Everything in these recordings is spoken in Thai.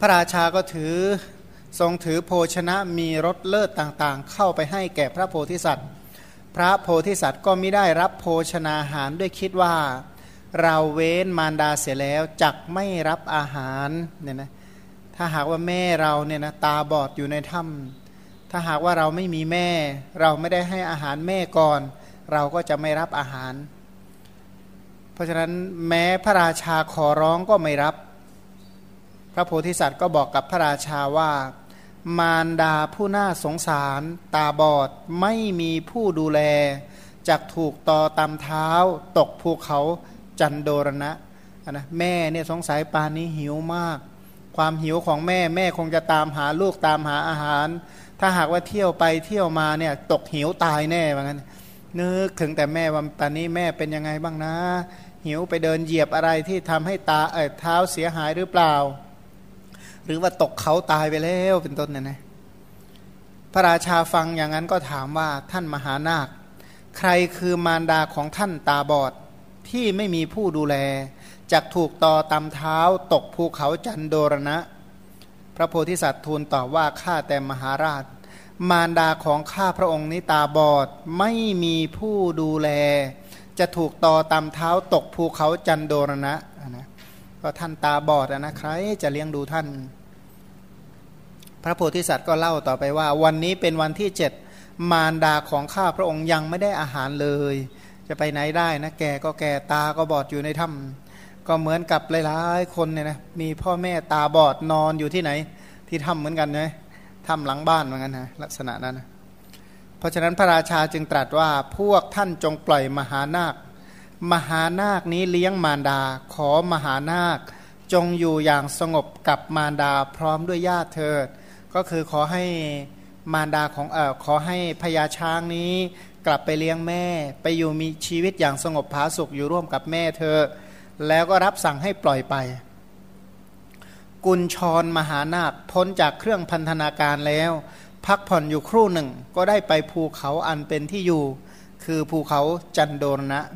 ระราชาก็ทรงถือโภชนะมีรสเลิศต่างๆเข้าไปให้แก่พระโพธิสัตว์พระโพธิสัตว์ก็ไม่ได้รับโภชนาหารด้วยคิดว่าเราเว้นมารดาเสียแล้วจักไม่รับอาหารเนี่ยนะถ้าหากว่าแม่เราเนี่ยนะตาบอดอยู่ในถ้ำถ้าหากว่าเราไม่มีแม่เราไม่ได้ให้อาหารแม่ก่อนเราก็จะไม่รับอาหารเพราะฉะนั้นแม้พระราชาขอร้องก็ไม่รับพระโพธิสัตว์ก็บอกกับพระราชาว่ามารดาผู้น่าสงสารตาบอดไม่มีผู้ดูแลจักถูกตอตำเท้าตกภูเขาจันโดรณะนะแม่เนี่ยสงสัยปานนี้หิวมากความหิวของแม่คงจะตามหาลูกตามหาอาหารถ้าหากว่าเที่ยวไปเที่ยวมาเนี่ยตกหิวตายแน่ว่างั้นนึกถึงแต่แม่ว่าปานนี้แม่เป็นยังไงบ้างนะหิวไปเดินเหยียบอะไรที่ทำให้เท้าเสียหายหรือเปล่าหรือว่าตกเขาตายไปแล้วเป็นต้นนะพระราชาฟังอย่างนั้นก็ถามว่าท่านมหานาคใครคือมารดาของท่านตาบอดที่ไม่มีผู้ดูแลจักถูกตอตำเท้าตกภูเขาจันโดรณะพระโพธิสัตว์ทูลตอบว่าข้าแต่มหาราชมารดาของข้าพระองค์นี้ตาบอดไม่มีผู้ดูแลจะถูกตอตำเท้าตกภูเขาจันโดรณะนะก็ท่านตาบอดนะใครจะเลี้ยงดูท่านพระโพธิสัตว์ก็เล่าต่อไปว่าวันนี้เป็นวันที่7มารดาของข้าพระองค์ยังไม่ได้อาหารเลยจะไปไหนได้นะแก่ก็แก่ตาก็บอดอยู่ในถ้ำก็เหมือนกับหลายๆคนเนี่ยนะมีพ่อแม่ตาบอดนอนอยู่ที่ไหนที่ถ้ำเหมือนกันนะถ้ำหลังบ้านเหมือนกันนะลักษณะนั้นนะเพราะฉะนั้นพระราชาจึงตรัสว่าพวกท่านจงปล่อยมหานาคนี้เลี้ยงมารดาขอมหานาคจงอยู่อย่างสงบกับมารดาพร้อมด้วยญาติเถิดก็คือขอให้มารดาของขอให้พญาช้างนี้กลับไปเลี้ยงแม่ไปอยู่มีชีวิตอย่างสงบผาสุกอยู่ร่วมกับแม่เธอแล้วก็รับสั่งให้ปล่อยไปกุญชรมหานาคพ้นจากเครื่องพันธนาการแล้วพักผ่อนอยู่ครู่หนึ่งก็ได้ไปภูเขาอันเป็นที่อยู่คือภูเขาจันโดรณะ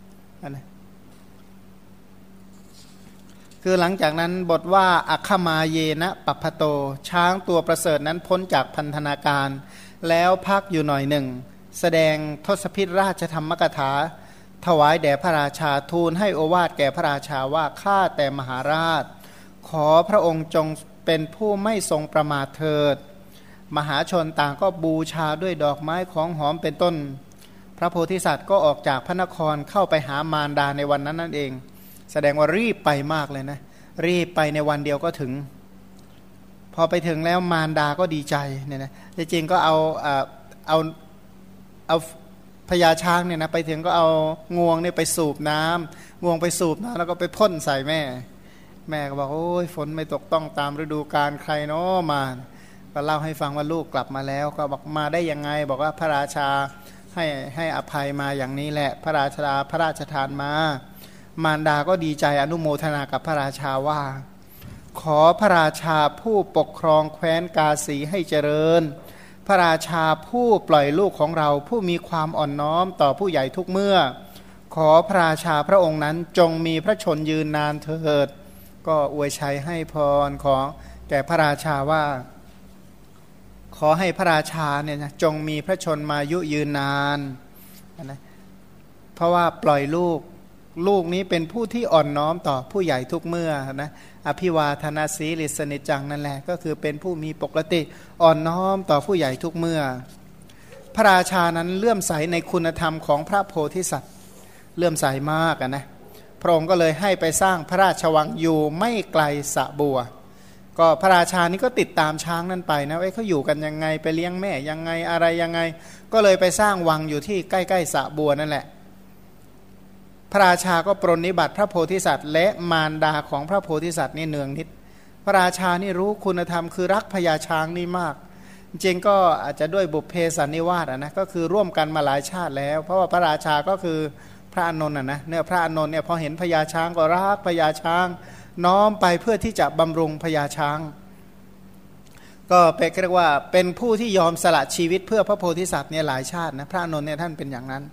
คือหลังจากนั้นบทว่าอัคคมาเยนะปัปพโตช้างตัวประเสริฐนั้นพ้นจากพันธนาการแล้วพักอยู่หน่อยหนึ่งแสดงทศพิธราชธรรมกถาถวายแด่พระราชาทูลให้โอวาทแก่พระราชาว่าข้าแต่มหาราชขอพระองค์จงเป็นผู้ไม่ทรงประมาทเถิดมหาชนต่างก็บูชาด้วยดอกไม้ของหอมเป็นต้นพระโพธิสัตว์ก็ออกจากพระนครเข้าไปหามารดาในวันนั้นนั่นเองแสดงว่ารีบไปมากเลยนะรีบไปในวันเดียวก็ถึงพอไปถึงแล้วมารดาก็ดีใจเนี่ยนะจริงๆก็เอาพญาช้างเนี่ยนะไปถึงก็เอางวงเนี่ยไปสูบน้ำงวงไปสูบน้ำแล้วก็ไปพ่นใส่แม่ก็บอกโอ้ยฝนไม่ตกต้องตามฤดูกาลใครเนาะมาก็เล่าให้ฟังว่าลูกกลับมาแล้วก็บอกมาได้ยังไงบอกว่าพระราชาให้อภัยมาอย่างนี้แหละพระราชทานมามารดาก็ดีใจอนุโมทนากับพระราชาว่าขอพระราชาผู้ปกครองแคว้นกาสีให้เจริญพระราชาผู้ปล่อยลูกของเราผู้มีความอ่อนน้อมต่อผู้ใหญ่ทุกเมื่อขอพระราชาพระองค์นั้นจงมีพระชนยืนนานเถิดก็อวยชัยให้พรขอแก่พระราชาว่าขอให้พระราชาเนี่ยจงมีพระชนมายุยืนนานนะเพราะว่าปล่อยลูกนี้เป็นผู้ที่อ่อนน้อมต่อผู้ใหญ่ทุกเมื่อนะอภิวาทนาสีลิสนิจังนั่นแหละก็คือเป็นผู้มีปกติอ่อนน้อมต่อผู้ใหญ่ทุกเมื่อพระราชานั้นเลื่อมใสในคุณธรรมของพระโพธิสัตว์เลื่อมใสมากนะพระองค์ก็เลยให้ไปสร้างพระราชวังอยู่ไม่ไกลสระบัวก็พระราชานี่ก็ติดตามช้างนั่นไปนะเขาอยู่กันยังไงไปเลี้ยงแม่ยังไงอะไรยังไงก็เลยไปสร้างวังอยู่ที่ใกล้ๆสระบัวนั่นแหละพระราชาก็ปรนนิบัติพระโพธิสัตว์และมารดาของพระโพธิสัตว์นี่เนืองนิดพระราชานี่รู้คุณธรรมคือรักพญาช้างนี่มากจริงก็อาจจะด้วยบุพเพสันนิวาสนะก็คือร่วมกันมาหลายชาติแล้วเพราะว่าพระราชาก็คือพระอานนท์นะเนี่ยพระอานนท์เนี่ยพอเห็นพญาช้างก็รักพญาช้างน้อมไปเพื่อที่จะบำรุงพญาช้างก็เป็นเรียกว่าเป็นผู้ที่ยอมสละชีวิตเพื่อพระโพธิสัตว์เนี่ยหลายชาตินะพระอานนท์เนี่ยท่านเป็นอย่างนั้น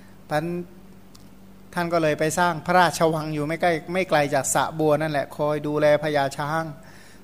ท่านก็เลยไปสร้างพระราชวังอยู่ไม่ไกลจากสระบัวนั่นแหละคอยดูแลพญาช้าง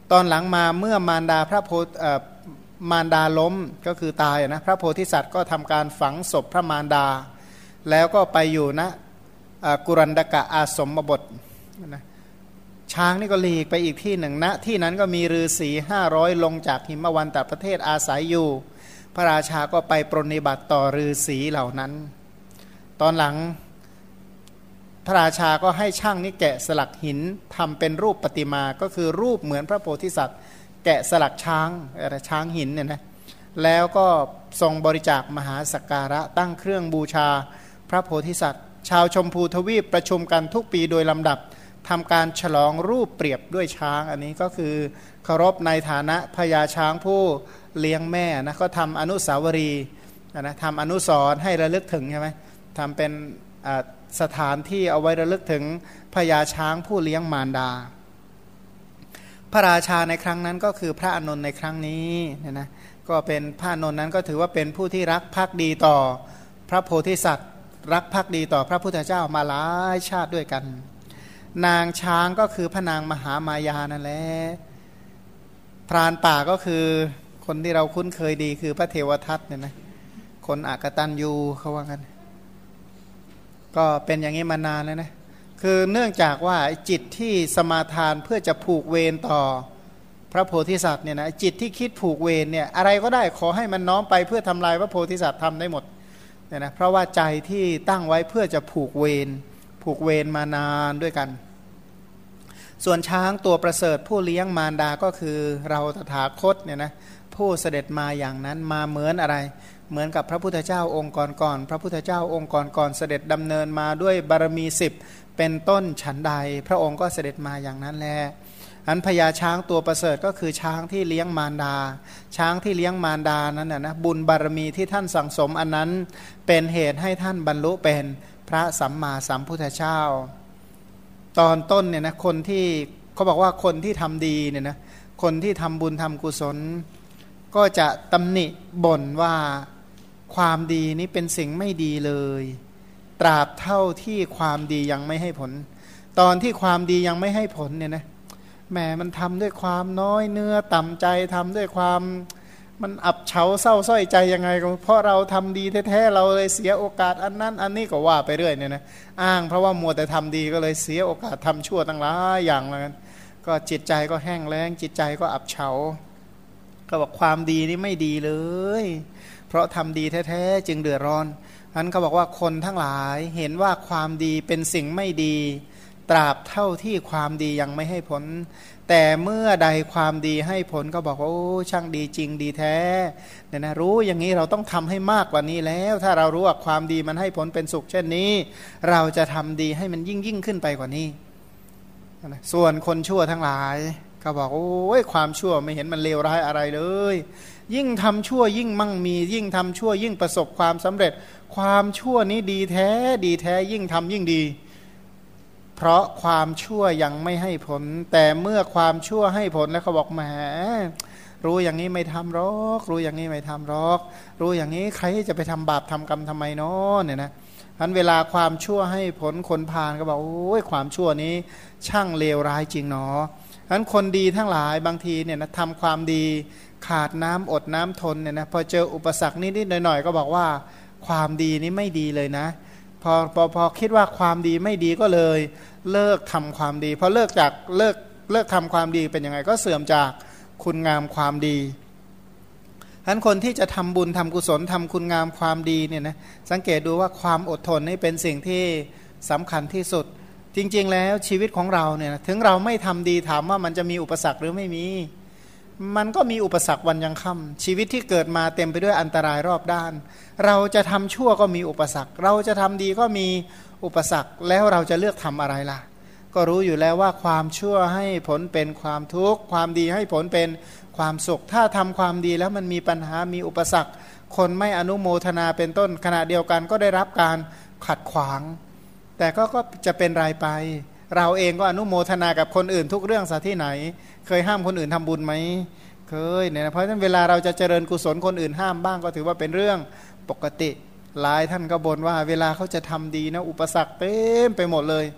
ตอนหลังมาเมื่อมารดาพระโพมารดาล้มก็คือตายนะพระโพธิสัตว์ก็ทำการฝังศพพระมารดาแล้วก็ไปอยู่ณกุรันดกะอาสมบทนะช้างนี่ก็หลีกไปอีกที่หนึ่งณที่นั้นก็มีฤาษี500ลงจากหิมวันตประเทศอาศัยอยู่พระราชาก็ไปปรนนิบัติต่อฤาษีเหล่านั้นตอนหลังพระราชาก็ให้ช่างนี่แกะสลักหินทำเป็นรูปประติมาก็คือรูปเหมือนพระโพธิสัตว์แกะสลักช้างหินเนี่ยนะแล้วก็ทรงบริจาคมหาสักการะตั้งเครื่องบูชาพระโพธิสัตว์ชาวชมพูทวีปประชุมกันทุกปีโดยลำดับทำการฉลองรูปเปรียบด้วยช้างอันนี้ก็คือเคารพในฐานะพญาช้างผู้เลี้ยงแม่นะก็ทำอนุสาวรีย์นะทำอนุสรณ์ให้ระลึกถึงใช่ไหมทำเป็นสถานที่เอาไว้ระลึกถึงพญาช้างผู้เลี้ยงมารดาพระราชาในครั้งนั้นก็คือพระอานนท์ในครั้งนี้เนี่ยนะก็เป็นพระอานนท์นั้นก็ถือว่าเป็นผู้ที่รักภักดีต่อพระโพธิสัตว์รักภักดีต่อพระพุทธเจ้ามาหลายชาติด้วยกันนางช้างก็คือพระนางมหามายานั่นแหละพรานป่าก็คือคนที่เราคุ้นเคยดีคือพระเทวทัตเนี่ยนะคนอกตัญญูเขาว่ากันก็เป็นอย่างนี้มานานแล้วนะคือเนื่องจากว่าจิตที่สมาทานเพื่อจะผูกเวรต่อพระโพธิสัตว์เนี่ยนะจิตที่คิดผูกเวรเนี่ยอะไรก็ได้ขอให้มันน้อมไปเพื่อทำลายพระโพธิสัตว์ทำได้หมดเนี่ยนะเพราะว่าใจที่ตั้งไว้เพื่อจะผูกเวรมานานด้วยกันส่วนช้างตัวประเสริฐผู้เลี้ยงมารดาก็คือเราตถาคตเนี่ยนะผู้เสด็จมาอย่างนั้นมาเหมือนอะไรเหมือนกับพระพุทธเจ้าองค์ก่อนพระพุทธเจ้าองค์ก่อนเสด็จดำเนินมาด้วยบารมี10เป็นต้นฉันใดพระองค์ก็เสด็จมาอย่างนั้นแหละอันพญาช้างตัวประเสริฐก็คือช้างที่เลี้ยงมารดาช้างที่เลี้ยงมารดานั้นนะบุญบารมีที่ท่านสั่งสมอันนั้นเป็นเหตุให้ท่านบรรลุเป็นพระสัมมาสัมพุทธเจ้าตอนต้นเนี่ยนะคนที่เขาบอกว่าคนที่ทำดีเนี่ยนะคนที่ทำบุญทำกุศลก็จะตำหนิบ่นว่าความดีนี้เป็นสิ่งไม่ดีเลยตราบเท่าที่ความดียังไม่ให้ผลตอนที่ความดียังไม่ให้ผลเนี่ยนะแหมมันทำด้วยความน้อยเนื้อต่ำใจทำด้วยความมันอับเฉาเศร้าส้อยใจยังไงก็เพราะเราทำดีแท้ๆเราเลยเสียโอกาสอันนั้นอันนี้ก็ว่าไปเรื่อยเนี่ยนะอ้างเพราะว่ามัวแต่ทำดีก็เลยเสียโอกาสทำชั่วตั้งหลายอย่างแล้วกันก็จิตใจก็แห้งแล้งจิตใจก็อับเฉาก็บอกความดีนี่ไม่ดีเลยเพราะทำดีแท้ๆจึงเดือดร้อนอันเขาบอกว่าคนทั้งหลายเห็นว่าความดีเป็นสิ่งไม่ดีตราบเท่าที่ความดียังไม่ให้ผลแต่เมื่อใดความดีให้ผลก็บอกว่าโอ้ช่างดีจริงดีแท้เนี่ยนะรู้อย่างนี้เราต้องทำให้มากกว่านี้แล้วถ้าเรารู้ว่าความดีมันให้ผลเป็นสุขเช่นนี้เราจะทำดีให้มันยิ่งขึ้นไปกว่านี้นะส่วนคนชั่วทั้งหลายก็บอกโอ้ยความชั่วไม่เห็นมันเลวร้ายอะไรเลยยิ่งทำชั่วยิ่งมั่งมียิ่งทำชั่วยิ่งประสบความสำเร็จความชั่วนี้ดีแท้ยิ่งทำยิ่งดีเพราะความชั่วยังไม่ให้ผลแต่เมื่อความชั่วให้ผลแล้วเขาบอกแหมรู้อย่างนี้ไม่ทำหรอกรู้อย่างนี้ไม่ทำหรอกรู้อย่างนี้ใครจะไปทำบาปทำกรรมทำไมเนาะเนี่ยนะอันเวลาความชั่วให้ผลคนพาลก็บอกโอ้ยความชั่วนี้ช่างเลวร้ายจริงเนาะอันคนดีทั้งหลายบางทีเนี่ยนะทำความดีขาดน้ำอดน้ำทนเนี่ยนะพอเจออุปสรรคนิดๆหน่อยๆก็บอกว่าความดีนี้ไม่ดีเลยนะพอคิดว่าความดีไม่ดีก็เลยเลิกทำความดีพอเลิกทำความดีเป็นยังไงก็เสื่อมจากคุณงามความดีฉะนั้นคนที่จะทำบุญทำกุศลทำคุณงามความดีเนี่ยนะสังเกตดูว่าความอดทนนี่เป็นสิ่งที่สำคัญที่สุดจริงๆแล้วชีวิตของเราเนี่ยถึงเราไม่ทำดีถามว่ามันจะมีอุปสรรคหรือไม่มีมันก็มีอุปสรรควันยังค่ำชีวิตที่เกิดมาเต็มไปด้วยอันตรายรอบด้านเราจะทำชั่วก็มีอุปสรรคเราจะทำดีก็มีอุปสรรคแล้วเราจะเลือกทำอะไรล่ะก็รู้อยู่แล้วว่าความชั่วให้ผลเป็นความทุกข์ความดีให้ผลเป็นความสุขถ้าทำความดีแล้วมันมีปัญหามีอุปสรรคคนไม่อนุโมทนาเป็นต้นขณะเดียวกันก็ได้รับการขัดขวางแต่ก็จะเป็นรายไปเราเองก็อนุโมทนากับคนอื่นทุกเรื่องซะที่ไหนเคยห้ามคนอื่นทำบุญไหมเคยเนี่ยนะเพราะฉะนั้นเวลาเราจะเจริญกุศลคนอื่นห้ามบ้างก็ถือว่าเป็นเรื่องปกติหลายท่านก็บ่นว่าเวลาเขาจะทำดีนะอุปสรรคเต็มไปหมดเลย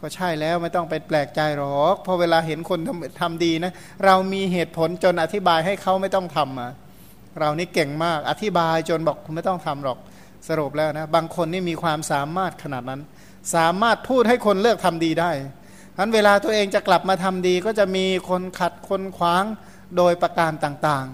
ก็ใช่แล้วไม่ต้องไปแปลกใจหรอกเพราะเวลาเห็นคนทำดีนะเรามีเหตุผลจนอธิบายให้เขาไม่ต้องทำมาเรานี่เก่งมากอธิบายจนบอกคุณไม่ต้องทำหรอกสรุปแล้วนะบางคนนี่มีความสามารถขนาดนั้นสามารถพูดให้คนเลิกทำดีได้ฉะนั้นเวลาตัวเองจะกลับมาทำดีก็จะมีคนขัดคนขวางโดยประการต่าง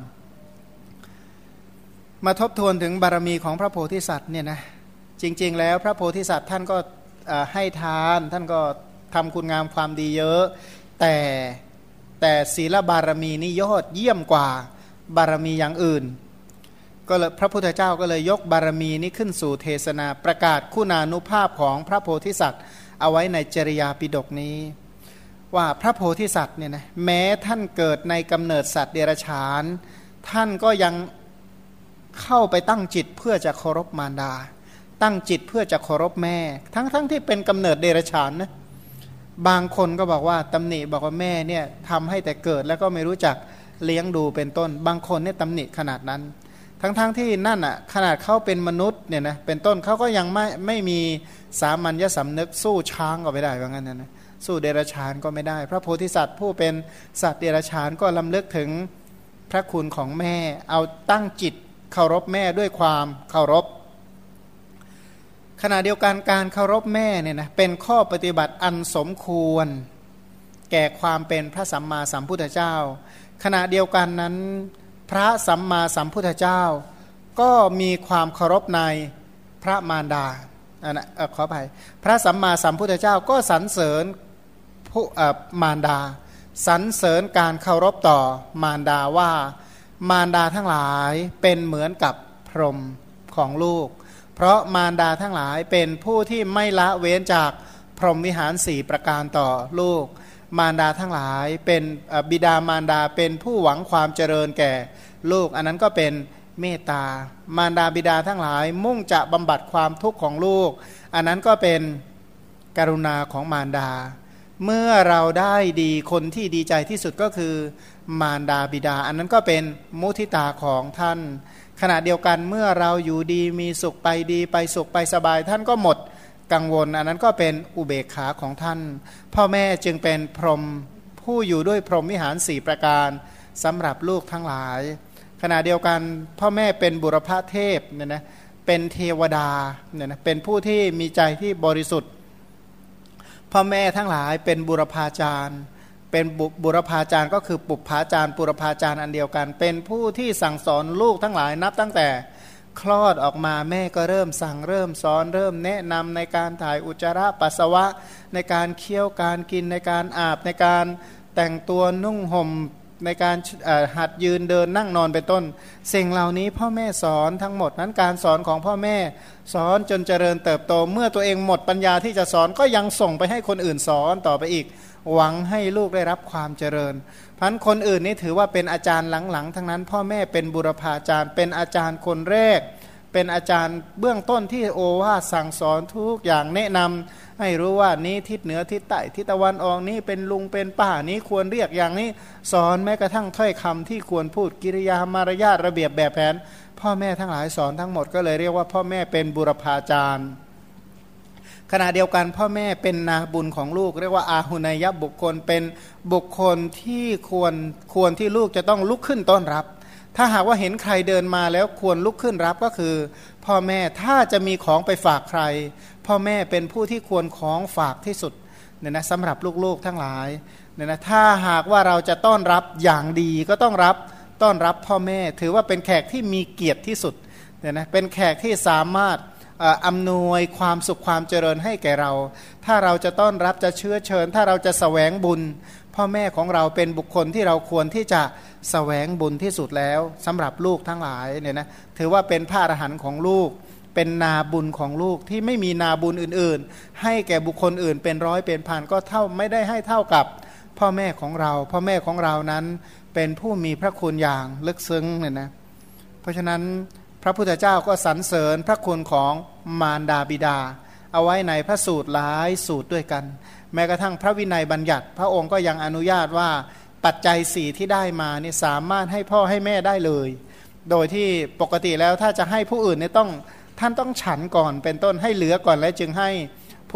ๆมาทบทวนถึงบารมีของพระโพธิสัตว์เนี่ยนะจริงๆแล้วพระโพธิสัตว์ท่านก็ให้ทานท่านก็ทำคุณงามความดีเยอะแต่ศีลบารมีนี่ยอดเยี่ยมกว่าบารมีอย่างอื่นก็เลยพระพุทธเจ้าก็เลยยกบารมีนี้ขึ้นสู่เทศนาประกาศคุณานุภาพของพระโพธิสัตว์เอาไว้ในจริยาปิฎกนี้ว่าพระโพธิสัตว์เนี่ยนะแม้ท่านเกิดในกำเนิดสัตว์เดรัจฉานท่านก็ยังเข้าไปตั้งจิตเพื่อจะเคารพมารดาตั้งจิตเพื่อจะเคารพแม่ทั้งที่เป็นกำเนิดเดรัจฉานนะบางคนก็บอกว่าตำหนิบอกว่าแม่เนี่ยทำให้แต่เกิดแล้วก็ไม่รู้จักเลี้ยงดูเป็นต้นบางคนเนี่ยตำหนิขนาดนั้นทั้งที่นั่นอ่ะขนาดเขาเป็นมนุษย์เนี่ยนะเป็นต้นเขาก็ยังไม่มีสามัญญสำนึกสู้ช้างก็ไม่ได้ว่างั้นนะสู้เดรัจฉานก็ไม่ได้พระโพธิสัตว์ผู้เป็นสัตว์เดรัจฉานก็ลำลึกถึงพระคุณของแม่เอาตั้งจิตเคารพแม่ด้วยความเคารพขณะเดียวกันการเคารพแม่เนี่ยนะเป็นข้อปฏิบัติอันสมควรแก่ความเป็นพระสัมมาสัมพุทธเจ้าขณะเดียวกันนั้นพระสัมมาสัมพุทธเจ้าก็มีความเคารพในพระมารดาขออภัยพระสัมมาสัมพุทธเจ้าก็สรรเสริญผู้มารดาสรรเสริญการเคารพต่อมารดาว่ามารดาทั้งหลายเป็นเหมือนกับพรหมของลูกเพราะมารดาทั้งหลายเป็นผู้ที่ไม่ละเว้นจากพรหมวิหาร4ประการต่อลูกมารดาทั้งหลายเป็นบิดามารดาเป็นผู้หวังความเจริญแก่ลูกอันนั้นก็เป็นเมตตามารดาบิดาทั้งหลายมุ่งจะบำบัดความทุกข์ของลูกอันนั้นก็เป็นกรุณาของมารดาเมื่อเราได้ดีคนที่ดีใจที่สุดก็คือมารดาบิดาอันนั้นก็เป็นมุทิตาของท่านขณะเดียวกันเมื่อเราอยู่ดีมีสุขไปดีไปสุขไปสบายท่านก็หมดกังวลอันนั้นก็เป็นอุเบกขาของท่านพ่อแม่จึงเป็นพรหมผู้อยู่ด้วยพรหมวิหาร4ประการสำหรับลูกทั้งหลายขณะเดียวกันพ่อแม่เป็นบุรพเทพเนี่ยนะเป็นเทวดาเนี่ยนะเป็นผู้ที่มีใจที่บริสุทธิ์พ่อแม่ทั้งหลายเป็นบุรพาจารย์เป็นบุรพาจารย์ก็คือปุพพาจารย์ปุรพาจารย์อันเดียวกันเป็นผู้ที่สั่งสอนลูกทั้งหลายนับตั้งแต่คลอดออกมาแม่ก็เริ่มสั่งเริ่มสอนเริ่มแนะนำในการถ่ายอุจจาระปัสสาวะในการเคี้ยวการกินในการอาบในการแต่งตัวนุ่งห่มในการหัดยืนเดินนั่งนอนเป็นต้นสิ่งเหล่านี้พ่อแม่สอนทั้งหมดนั้นการสอนของพ่อแม่สอนจนเจริญเติบโตเมื่อตัวเองหมดปัญญาที่จะสอนก็ยังส่งไปให้คนอื่นสอนต่อไปอีกหวังให้ลูกได้รับความเจริญเพราะฉะนั้นคนอื่นนี่ถือว่าเป็นอาจารย์หลังๆทั้งนั้นพ่อแม่เป็นบุรพาจารย์เป็นอาจารย์คนแรกเป็นอาจารย์เบื้องต้นที่โอวาทสั่งสอนทุกอย่างแนะนำให้รู้ว่านี้ทิศเหนือทิศใต้ทิศตะวันออกนี้เป็นลุงเป็นป้านี้ควรเรียกอย่างนี้สอนแม้กระทั่งถ้อยคำที่ควรพูดกิริยามารยาทระเบียบแบบแผนพ่อแม่ทั้งหลายสอนทั้งหมดก็เลยเรียกว่าพ่อแม่เป็นบุรพาจารย์ขณะเดียวกันพ่อแม่เป็นนาบุญของลูกเรียกว่าอาหุนายบุคคลเป็นบุคคลที่ควรที่ลูกจะต้องลุกขึ้นต้อนรับถ้าหากว่าเห็นใครเดินมาแล้วควรลุกขึ้นรับก็คือพ่อแม่ถ้าจะมีของไปฝากใครพ่อแม่เป็นผู้ที่ควรของฝากที่สุดเนี่ยนะสำหรับลูกๆทั้งหลายเนี่ยนะถ้าหากว่าเราจะต้อนรับอย่างดีก็ต้องต้อนรับพ่อแม่ถือว่าเป็นแขกที่มีเกียรติที่สุดเนี่ยนะเป็นแขกที่สามารถอำนวยความสุขความเจริญให้แก่เราถ้าเราจะต้อนรับจะเชื้อเชิญถ้าเราจะแสวงบุญพ่อแม่ของเราเป็นบุคคลที่เราควรที่จะแสวงบุญที่สุดแล้วสำหรับลูกทั้งหลายเนี่ยนะถือว่าเป็นพระอรหันต์ของลูกเป็นนาบุญของลูกที่ไม่มีนาบุญอื่นๆให้แก่บุคคลอื่นเป็นร้อยเป็นพันก็เท่าไม่ได้ให้เท่ากับพ่อแม่ของเราพ่อแม่ของเรานั้นเป็นผู้มีพระคุณอย่างลึกซึ้งเนี่ยนะเพราะฉะนั้นพระพุทธเจ้าก็สรรเสริญพระคุณของมารดาบิดาเอาไว้ในพระสูตรหลายสูตรด้วยกันแม้กระทั่งพระวินัยบัญญัติพระองค์ก็ยังอนุญาตว่าปัจจัย4ที่ได้มานี่สามารถให้พ่อให้แม่ได้เลยโดยที่ปกติแล้วถ้าจะให้ผู้อื่นเนี่ยท่านต้องฉันก่อนเป็นต้นให้เหลือก่อนแล้วจึงให้ผู้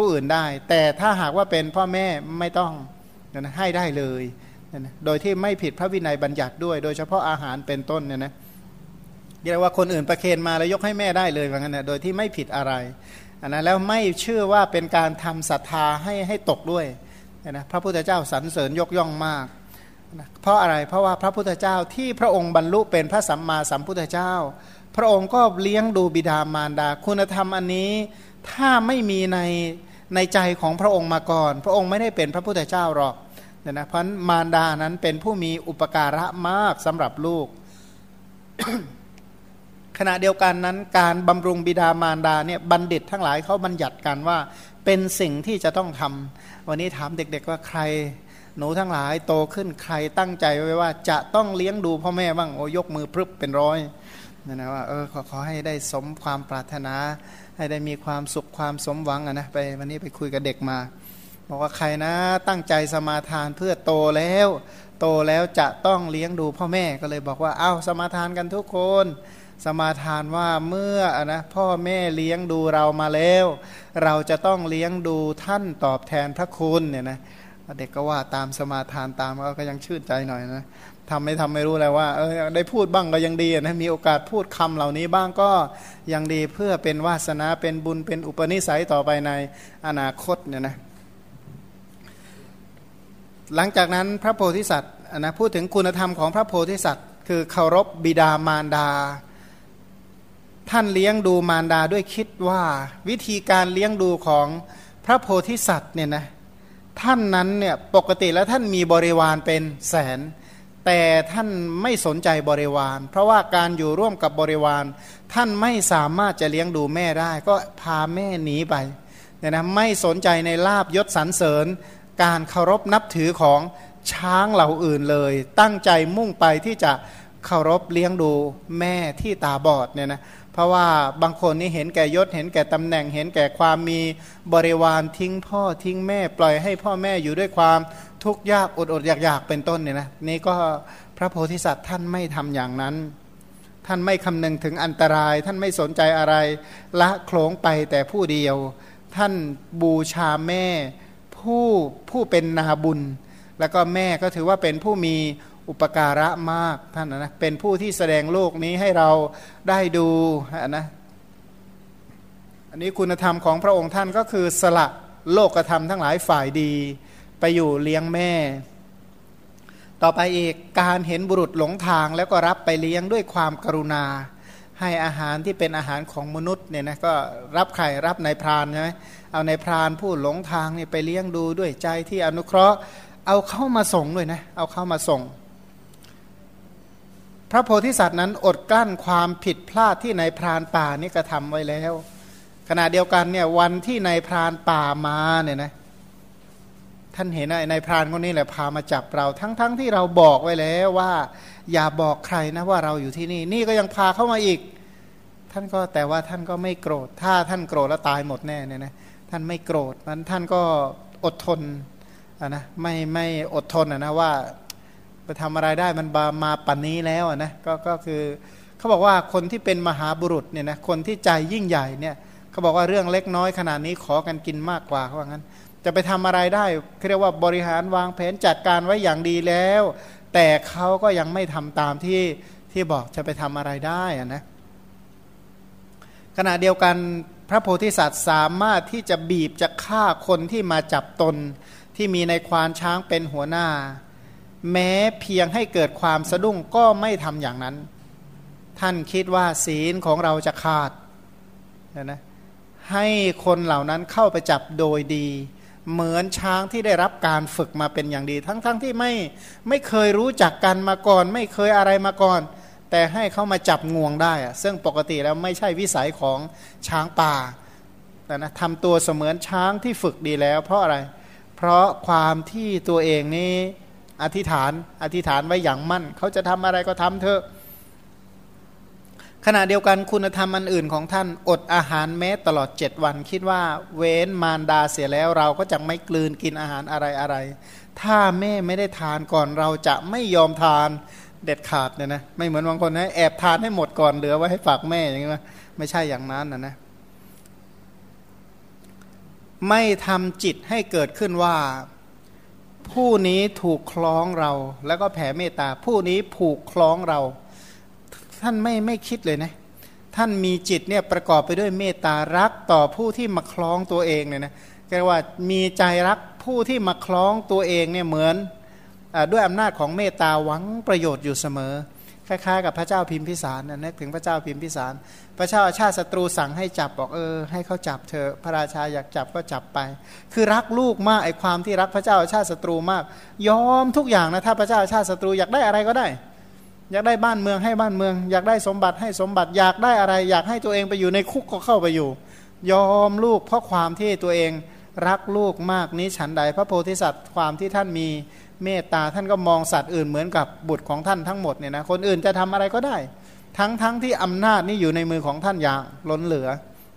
ผู้อื่นได้แต่ถ้าหากว่าเป็นพ่อแม่ไม่ต้องนะให้ได้เลยนะโดยที่ไม่ผิดพระวินัยบัญญัติด้วยโดยเฉพาะอาหารเป็นต้นเนี่ยนะเรียกว่าคนอื่นประเคนมาแล้วยกให้แม่ได้เลยว่างั้นนะโดยที่ไม่ผิดอะไรอันนั้นแล้วไม่เชื่อว่าเป็นการทำศรัทธาให้ตกด้วยนะพระพุทธเจ้าสรรเสริญยกย่องมากนะเพราะอะไรเพราะว่าพระพุทธเจ้าที่พระองค์บรรลุเป็นพระสัมมาสัมพุทธเจ้าพระองค์ก็เลี้ยงดูบิดามารดาคุณธรรมอันนี้ถ้าไม่มีในใจของพระองค์มาก่อนพระองค์ไม่ได้เป็นพระพุทธเจ้าหรอกนะเพราะมารดานั้นเป็นผู้มีอุปการะมากสำหรับลูก ขณะเดียวกันนั้นการบำรุงบิดามารดาเนี่ยบัณฑิตทั้งหลายเขาบัญญัติกันว่าเป็นสิ่งที่จะต้องทำวันนี้ถามเด็กๆว่าใครหนูทั้งหลายโตขึ้นใครตั้งใจไว้ว่าจะต้องเลี้ยงดูพ่อแม่บ้างโอ้ยกมือพรึบเป็นร้อยนะว่าขอให้ได้สมความปรารถนาให้ได้มีความสุขความสมหวังนะไปวันนี้ไปคุยกับเด็กมาบอกว่าใครนะตั้งใจสมาทานเพื่อโตแล้วจะต้องเลี้ยงดูพ่อแม่ก็เลยบอกว่าสมาทานกันทุกคนสมาทานว่าเมื่อนะพ่อแม่เลี้ยงดูเรามาแล้วเราจะต้องเลี้ยงดูท่านตอบแทนพระคุณเนี่ยนะเด็กก็ว่าตามสมาทานตามก็ยังชื่นใจหน่อยนะทำไม่รู้เลยว่าได้พูดบ้างก็ยังดีนะมีโอกาสพูดคำเหล่านี้บ้างก็ยังดีเพื่อเป็นวาสนาเป็นบุญเป็นอุปนิสัยต่อไปในอนาคตเนี่ยนะหลังจากนั้นพระโพธิสัตว์นะพูดถึงคุณธรรมของพระโพธิสัตว์คือเคารพบิดามารดาท่านเลี้ยงดูมารดาด้วยคิดว่าวิธีการเลี้ยงดูของพระโพธิสัตว์เนี่ยนะท่านนั้นเนี่ยปกติแล้วท่านมีบริวารเป็นแสนแต่ท่านไม่สนใจบริวารเพราะว่าการอยู่ร่วมกับบริวารท่านไม่สามารถจะเลี้ยงดูแม่ได้ก็พาแม่หนีไปเนี่ยนะไม่สนใจในลาภยศสรรเสริญการเคารพนับถือของช้างเหล่าอื่นเลยตั้งใจมุ่งไปที่จะเคารพเลี้ยงดูแม่ที่ตาบอดเนี่ยนะเพราะว่าบางคนนี่เห็นแก่ยศเห็นแก่ตำแหน่งเห็นแก่ความมีบริวารทิ้งพ่อทิ้งแม่ปล่อยให้พ่อแม่อยู่ด้วยความทุกข์ยากอดอยากเป็นต้นเนี่ยนะนี่ก็พระโพธิสัตว์ท่านไม่ทำอย่างนั้นท่านไม่คำนึงถึงอันตรายท่านไม่สนใจอะไรละโคลงไปแต่ผู้เดียวท่านบูชาแม่ผู้เป็นนาบุญแล้วก็แม่ก็ถือว่าเป็นผู้มีอุปการะมากท่านนะเป็นผู้ที่แสดงโลกนี้ให้เราได้ดูนะอันนี้คุณธรรมของพระองค์ท่านก็คือสละโลกธรรมทั้งหลายฝ่ายดีไปอยู่เลี้ยงแม่ต่อไปอีกการเห็นบุรุษหลงทางแล้วก็รับไปเลี้ยงด้วยความกรุณาให้อาหารที่เป็นอาหารของมนุษย์เนี่ยนะก็รับใครรับนายพรานใช่ไหมเอานายพรานผู้หลงทางนี่ไปเลี้ยงดูด้วยใจที่อนุเคราะห์เอาเข้ามาส่งด้วยนะเอาเข้ามาส่งพระโพธิสัตว์นั้นอดกลั้นความผิดพลาดที่นายพรานป่านี่กระทำไว้แล้วขณะเดียวกันเนี่ยวันที่นายพรานป่ามาเนี่ยนะท่านเห็นนายพรานคนนี้แหละพามาจับเราทั้งที่เราบอกไว้แล้วว่าอย่าบอกใครนะว่าเราอยู่ที่นี่นี่ก็ยังพาเข้ามาอีกท่านก็แต่ว่าท่านก็ไม่โกรธถ้าท่านโกรธแล้วตายหมดแน่เนี่ยนะท่านไม่โกรธมันท่านก็อดทนนะไม่อดทนนะว่าไปทำอะไรได้มันมาปันนี้แล้วนะก็คือเขาบอกว่าคนที่เป็นมหาบุรุษเนี่ยนะคนที่ใจยิ่งใหญ่เนี่ยเขาบอกว่าเรื่องเล็กน้อยขนาดนี้ขอกันกินมากกว่าเขาว่างั้นจะไปทำอะไรได้เรียกว่าบริหารวางแผนจัดการไว้อย่างดีแล้วแต่เขาก็ยังไม่ทำตามที่บอกจะไปทำอะไรได้นะขณะเดียวกันพระโพธิสัตว์สามารถที่จะบีบจะฆ่าคนที่มาจับตนที่มีในควานช้างเป็นหัวหน้าแม้เพียงให้เกิดความสะดุ้งก็ไม่ทำอย่างนั้นท่านคิดว่าศีลของเราจะขาดนะให้คนเหล่านั้นเข้าไปจับโดยดีเหมือนช้างที่ได้รับการฝึกมาเป็นอย่างดีทั้งที่ไม่เคยรู้จักกันมาก่อนไม่เคยอะไรมาก่อนแต่ให้เข้ามาจับงวงได้ซึ่งปกติแล้วไม่ใช่วิสัยของช้างป่าแต่นะทำตัวเสมือนช้างที่ฝึกดีแล้วเพราะอะไรเพราะความที่ตัวเองนี้อธิษฐานไว้อย่างมั่นเขาจะทำอะไรก็ทำเถอะขณะเดียวกันคุณธรรมอันอื่นของท่านอดอาหารแม้ตลอด7วันคิดว่าเว้นมารดาเสียแล้วเราก็จะไม่กลืนกินอาหารอะไรถ้าแม่ไม่ได้ทานก่อนเราจะไม่ยอมทานเด็ดขาดเนี่ยนะไม่เหมือนบางคนนะแอบทานให้หมดก่อนเหลือไว้ให้ฝากแม่อย่างนี้ไม่ใช่อย่างนั้นนะไม่ทำจิตให้เกิดขึ้นว่าผู้นี้ถูกคล้องเราแล้วก็แผ่เมตตาผู้นี้ผูกคล้องเราท่านไม่คิดเลยนะท่านมีจิตเนี่ยประกอบไปด้วยเมตตารักต่อผู้ที่มาคล้องตัวเองเนี่ยนะเรียกว่ามีใจรักผู้ที่มาคล้องตัวเองเนี่ยเหมือนด้วยอำนาจของเมตตาหวังประโยชน์อยู่เสมอคล้ายๆกับพระเจ้าพิมพิสารนะนึกถึงพระเจ้าพิมพิสารพระเจ้าอาชาติศัตรูสั่งให้จับบอกให้เขาจับเถอะพระราชาอยากจับก็จับไปคือรักลูกมากไอ้ความที่รักพระเจ้าอาชาติศัตรูมากยอมทุกอย่างนะถ้าพระเจ้าอาชาติศัตรูอยากได้อะไรก็ได้อยากได้บ้านเมืองให้บ้านเมืองอยากได้สมบัติให้สมบัติอยากได้อะไรอยากให้ตัวเองไปอยู่ในคุกก็เข้าไปอยู่ยอมลูกเพราะความที่ตัวเองรักลูกมากนี้ฉันใดพระโพธิสัตว์ความที่ท่านมีเมตตาท่านก็มองสัตว์อื่นเหมือนกับบุตรของท่านทั้งหมดเนี่ยนะคนอื่นจะทำอะไรก็ได้ทั้งที่อำนาจนี้อยู่ในมือของท่านอย่างล้นเหลือ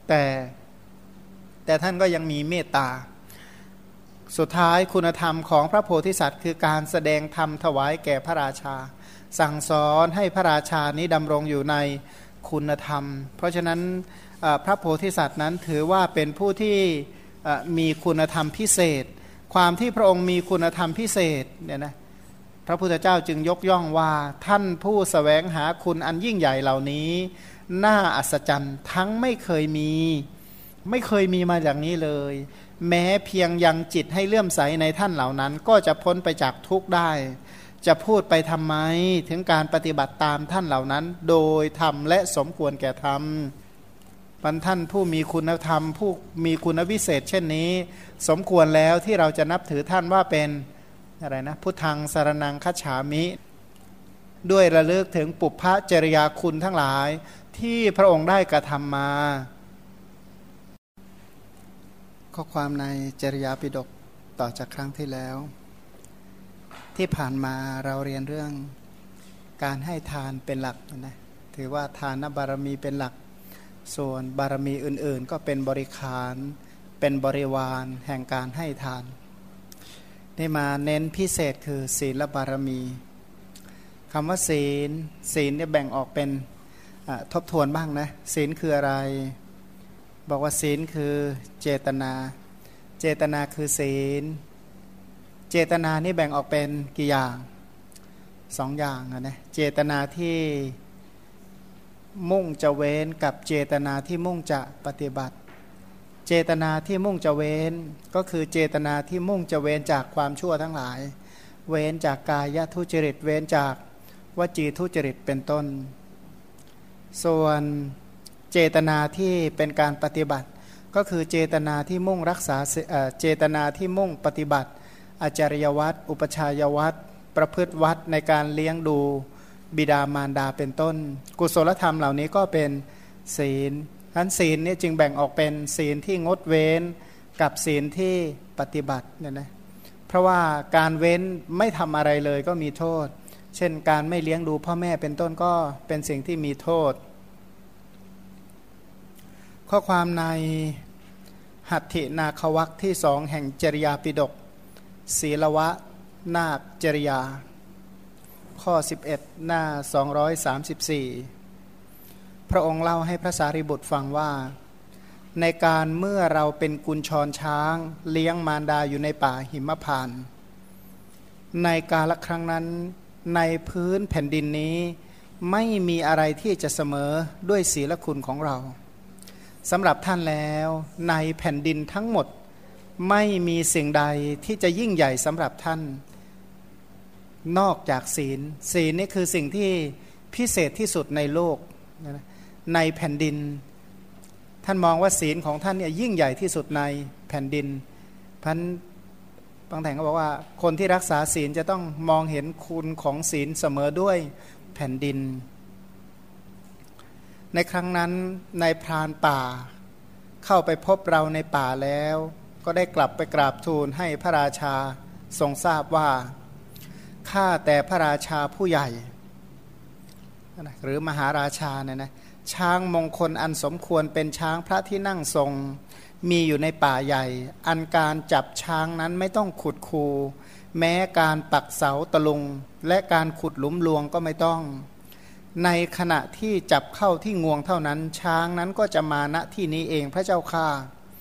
แต่ท่านก็ยังมีเมตตาสุดท้ายคุณธรรมของพระโพธิสัตว์คือการแสดงธรรมถวายแก่พระราชาสั่งสอนให้พระราชานี้ดำรงอยู่ในคุณธรรมเพราะฉะนั้นพระโพธิสัตว์นั้นถือว่าเป็นผู้ที่มีคุณธรรมพิเศษความที่พระองค์มีคุณธรรมพิเศษเนี่ยนะพระพุทธเจ้าจึงยกย่องว่าท่านผู้แสวงหาคุณอันยิ่งใหญ่เหล่านี้น่าอัศจรรย์ทั้งไม่เคยมีมาอย่างนี้เลยแม้เพียงยังจิตให้เลื่อมใสในท่านเหล่านั้นก็จะพ้นไปจากทุกข์ได้จะพูดไปทำไมถึงการปฏิบัติตามท่านเหล่านั้นโดยธรรมและสมควรแก่ธรรมบรรท่านผู้มีคุณธรรมผู้มีคุณวิเศษเช่นนี้สมควรแล้วที่เราจะนับถือท่านว่าเป็นอะไรนะพุทธังสารนังคัจฉามิด้วยระลึกถึงปุพพจริยาคุณทั้งหลายที่พระองค์ได้กระทำมาข้อความในจริยาปิฎกต่อจากครั้งที่แล้วที่ผ่านมาเราเรียนเรื่องการให้ทานเป็นหลักนะถือว่าทานบารมีเป็นหลักส่วนบารมีอื่นๆก็เป็นบริขารเป็นบริวารแห่งการให้ทานนี่มาเน้นพิเศษคือศีลบารมีคำว่าศีลเนี่ยแบ่งออกเป็นทบทวนบ้างนะศีลคืออะไรบอกว่าศีลคือเจตนาคือศีลเจตนานี่แบ่งออกเป็นกี่อย่าง2อย่างนะเจตนาที่มุ่งจะเว้นกับเจตนาที่มุ่งจะปฏิบัติเจตนาที่มุ่งจะเว้นก็คือเจตนาที่มุ่งจะเว้นจากความชั่วทั้งหลายเว้นจากกายทุจริตเว้นจากวจีทุจริตเป็นต้นส่วนเจตนาที่เป็นการปฏิบัติก็คือเจตนาที่มุ่งรักษาเจตนาที่มุ่งปฏิบัติอาจาริยวัตรอุปชายวัตรประพฤติวัดในการเลี้ยงดูบิดามารดาเป็นต้นกุศลธรรมเหล่านี้ก็เป็นศีลทั้นศีลนี่จึงแบ่งออกเป็นศีลที่งดเว้นกับศีลที่ปฏิบัติเนี่ยนะเพราะว่าการเว้นไม่ทำอะไรเลยก็มีโทษเช่นการไม่เลี้ยงดูพ่อแม่เป็นต้นก็เป็นสิ่งที่มีโทษข้อความในหัตถินาควรรคที่2แห่งจริยาปิฎกศีลวะนาคจริยาข้อ11หน้า234พระองค์เล่าให้พระสารีบุตรฟังว่าในการเมื่อเราเป็นกุญชรช้างเลี้ยงมารดาอยู่ในป่าหิมพานต์ในกาลครั้งนั้นในพื้นแผ่นดินนี้ไม่มีอะไรที่จะเสมอด้วยศีลคุณของเราสำหรับท่านแล้วในแผ่นดินทั้งหมดไม่มีสิ่งใดที่จะยิ่งใหญ่สำหรับท่านนอกจากศีลนี่คือสิ่งที่พิเศษที่สุดในโลกในแผ่นดินท่านมองว่าศีลของท่านเนี่ยยิ่งใหญ่ที่สุดในแผ่นดินพันบางแห่งก็บอกว่าคนที่รักษาศีลจะต้องมองเห็นคุณของศีลเสมอด้วยแผ่นดินในครั้งนั้นนายพรานป่าเข้าไปพบเราในป่าแล้วก็ได้กลับไปกราบทูลให้พระราชาทรงทราบว่าข้าแต่พระราชาผู้ใหญ่หรือมหาราชาเนี่ยนะช้างมงคลอันสมควรเป็นช้างพระที่นั่งทรงมีอยู่ในป่าใหญ่อันการจับช้างนั้นไม่ต้องขุดคูแม้การปักเสาตะลุงและการขุดหลุมลวงก็ไม่ต้องในขณะที่จับเข้าที่งวงเท่านั้นช้างนั้นก็จะมาณที่นี้เองพระเจ้าข้า